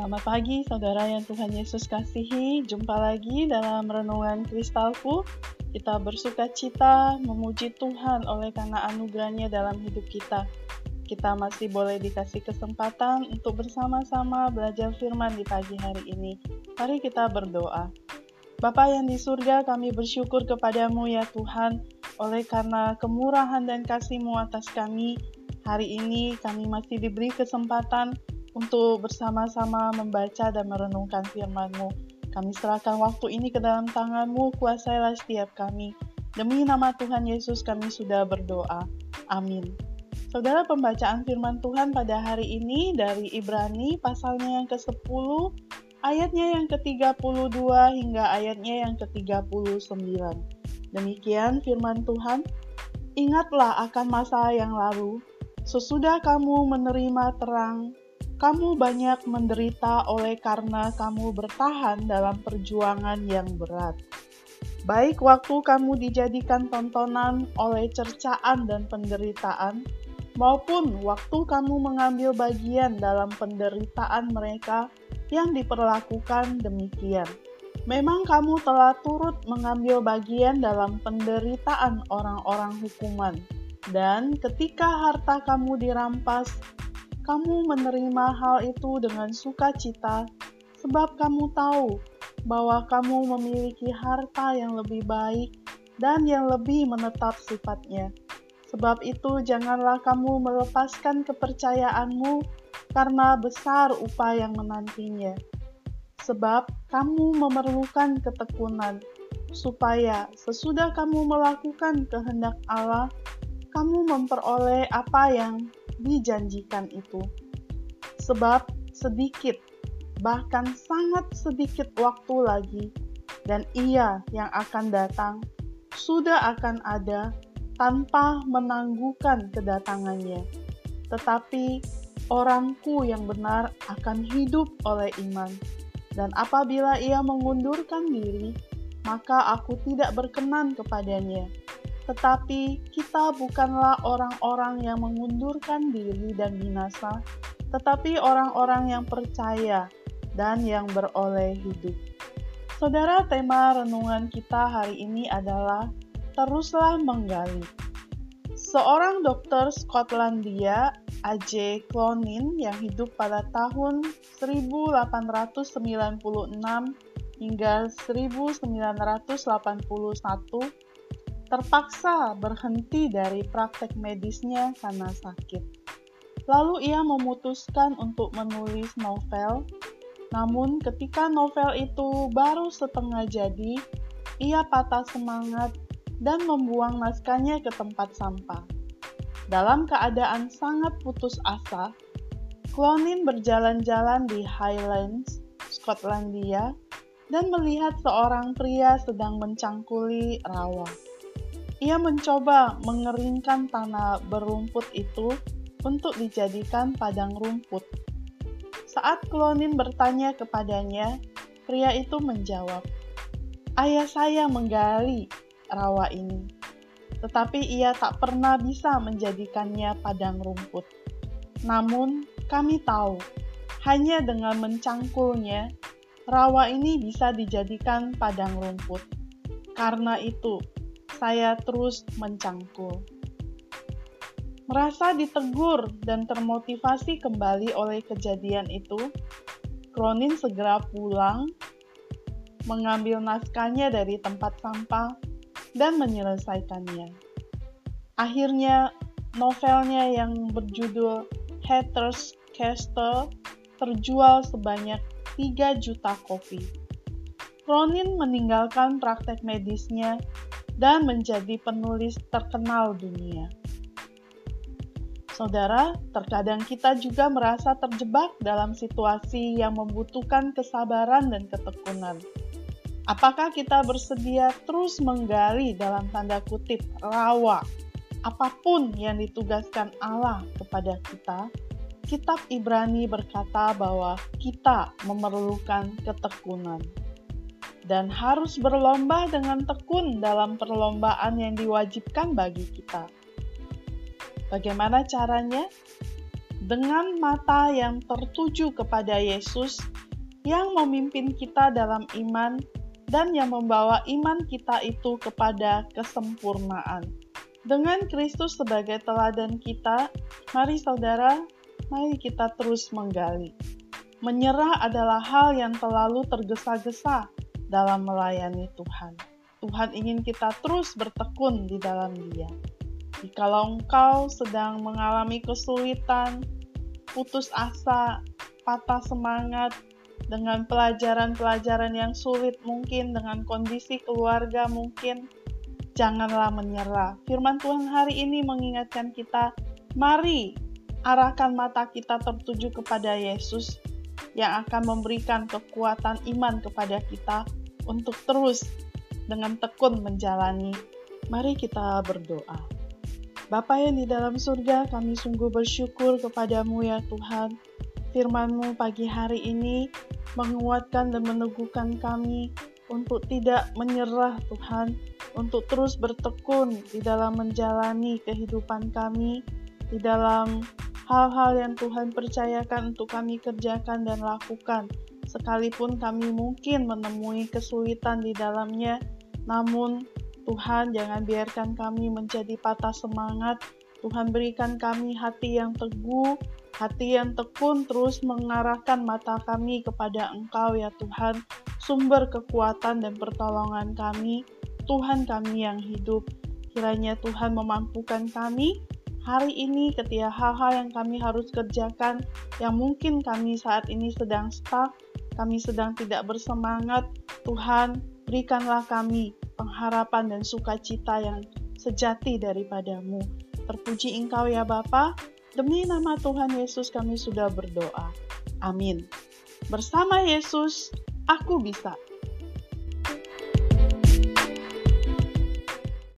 Selamat pagi saudara yang Tuhan Yesus kasihi. Jumpa lagi dalam Renungan Kristalku. Kita bersuka cita memuji Tuhan oleh karena anugerahnya dalam hidup kita. Kita masih boleh dikasih kesempatan untuk bersama-sama belajar firman di pagi hari ini. Mari kita berdoa. Bapa yang di surga, kami bersyukur kepadamu ya Tuhan, oleh karena kemurahan dan kasih-Mu atas kami. Hari ini kami masih diberi kesempatan untuk bersama-sama membaca dan merenungkan firman-Mu. Kami serahkan waktu ini ke dalam tangan-Mu, kuasailah setiap kami. Demi nama Tuhan Yesus kami sudah berdoa. Amin. Saudara, pembacaan firman Tuhan pada hari ini dari Ibrani pasalnya yang ke-10, ayatnya yang ke-32 hingga ayatnya yang ke-39. Demikian firman Tuhan, ingatlah akan masa yang lalu, sesudah kamu menerima terang, kamu banyak menderita oleh karena kamu bertahan dalam perjuangan yang berat. Baik waktu kamu dijadikan tontonan oleh cercaan dan penderitaan, maupun waktu kamu mengambil bagian dalam penderitaan mereka yang diperlakukan demikian. Memang kamu telah turut mengambil bagian dalam penderitaan orang-orang hukuman, dan ketika harta kamu dirampas, kamu menerima hal itu dengan sukacita, sebab kamu tahu bahwa kamu memiliki harta yang lebih baik dan yang lebih menetap sifatnya. Sebab itu janganlah kamu melepaskan kepercayaanmu, karena besar upah yang menantinya. Sebab kamu memerlukan ketekunan, supaya sesudah kamu melakukan kehendak Allah, kamu memperoleh apa yang dijanjikan itu. Sebab sedikit, bahkan sangat sedikit waktu lagi, dan Ia yang akan datang sudah akan ada tanpa menangguhkan kedatangannya. Tetapi orangku yang benar akan hidup oleh iman, dan apabila ia mengundurkan diri, maka aku tidak berkenan kepadanya. Tetapi kita bukanlah orang-orang yang mengundurkan diri dan binasa, tetapi orang-orang yang percaya dan yang beroleh hidup. Saudara, tema renungan kita hari ini adalah teruslah menggali. Seorang dokter Skotlandia, A.J. Clonin, yang hidup pada tahun 1896 hingga 1981, terpaksa berhenti dari praktek medisnya karena sakit. Lalu ia memutuskan untuk menulis novel, namun ketika novel itu baru setengah jadi, ia patah semangat dan membuang naskahnya ke tempat sampah. Dalam keadaan sangat putus asa, Clonin berjalan-jalan di Highlands, Skotlandia, dan melihat seorang pria sedang mencangkuli rawa. Ia mencoba mengeringkan tanah berumput itu untuk dijadikan padang rumput. Saat Clonin bertanya kepadanya, pria itu menjawab, "Ayah saya menggali rawa ini, tetapi ia tak pernah bisa menjadikannya padang rumput. Namun, kami tahu, hanya dengan mencangkulnya, rawa ini bisa dijadikan padang rumput. Karena itu, saya terus mencangkul." Merasa ditegur dan termotivasi kembali oleh kejadian itu, Clonin segera pulang, mengambil naskahnya dari tempat sampah, dan menyelesaikannya. Akhirnya, novelnya yang berjudul Hatter's Castle terjual sebanyak 3 juta kopi. Clonin meninggalkan praktek medisnya dan menjadi penulis terkenal dunia. Saudara, terkadang kita juga merasa terjebak dalam situasi yang membutuhkan kesabaran dan ketekunan. Apakah kita bersedia terus menggali dalam tanda kutip rawa apapun yang ditugaskan Allah kepada kita? Kitab Ibrani berkata bahwa kita memerlukan ketekunan dan harus berlomba dengan tekun dalam perlombaan yang diwajibkan bagi kita. Bagaimana caranya? dengan mata yang tertuju kepada Yesus yang memimpin kita dalam iman dan yang membawa iman kita itu kepada kesempurnaan. Dengan Kristus sebagai teladan kita, mari saudara, mari kita terus menggali. Menyerah adalah hal yang terlalu tergesa-gesa dalam melayani Tuhan. Tuhan ingin kita terus bertekun di dalam Dia. Jikalau engkau sedang mengalami kesulitan, putus asa, patah semangat, dengan pelajaran-pelajaran yang sulit mungkin, dengan kondisi keluarga mungkin, janganlah menyerah. Firman Tuhan hari ini mengingatkan kita, mari arahkan mata kita tertuju kepada Yesus yang akan memberikan kekuatan iman kepada kita untuk terus dengan tekun menjalani. Mari kita berdoa. Bapa yang di dalam surga, kami sungguh bersyukur kepadamu ya Tuhan. Firman-Mu pagi hari ini menguatkan dan meneguhkan kami untuk tidak menyerah Tuhan, untuk terus bertekun di dalam menjalani kehidupan kami, di dalam hal-hal yang Tuhan percayakan untuk kami kerjakan dan lakukan. Sekalipun kami mungkin menemui kesulitan di dalamnya, namun Tuhan jangan biarkan kami menjadi patah semangat. Tuhan berikan kami hati yang teguh, hati yang tekun, terus mengarahkan mata kami kepada Engkau ya Tuhan, sumber kekuatan dan pertolongan kami, Tuhan kami yang hidup. Kiranya Tuhan memampukan kami hari ini ketika hal-hal yang kami harus kerjakan, yang mungkin kami saat ini sedang stuck, kami sedang tidak bersemangat, Tuhan berikanlah kami pengharapan dan sukacita yang sejati daripada-Mu. Terpuji Engkau ya Bapa, demi nama Tuhan Yesus kami sudah berdoa. Amin. Bersama Yesus, aku bisa.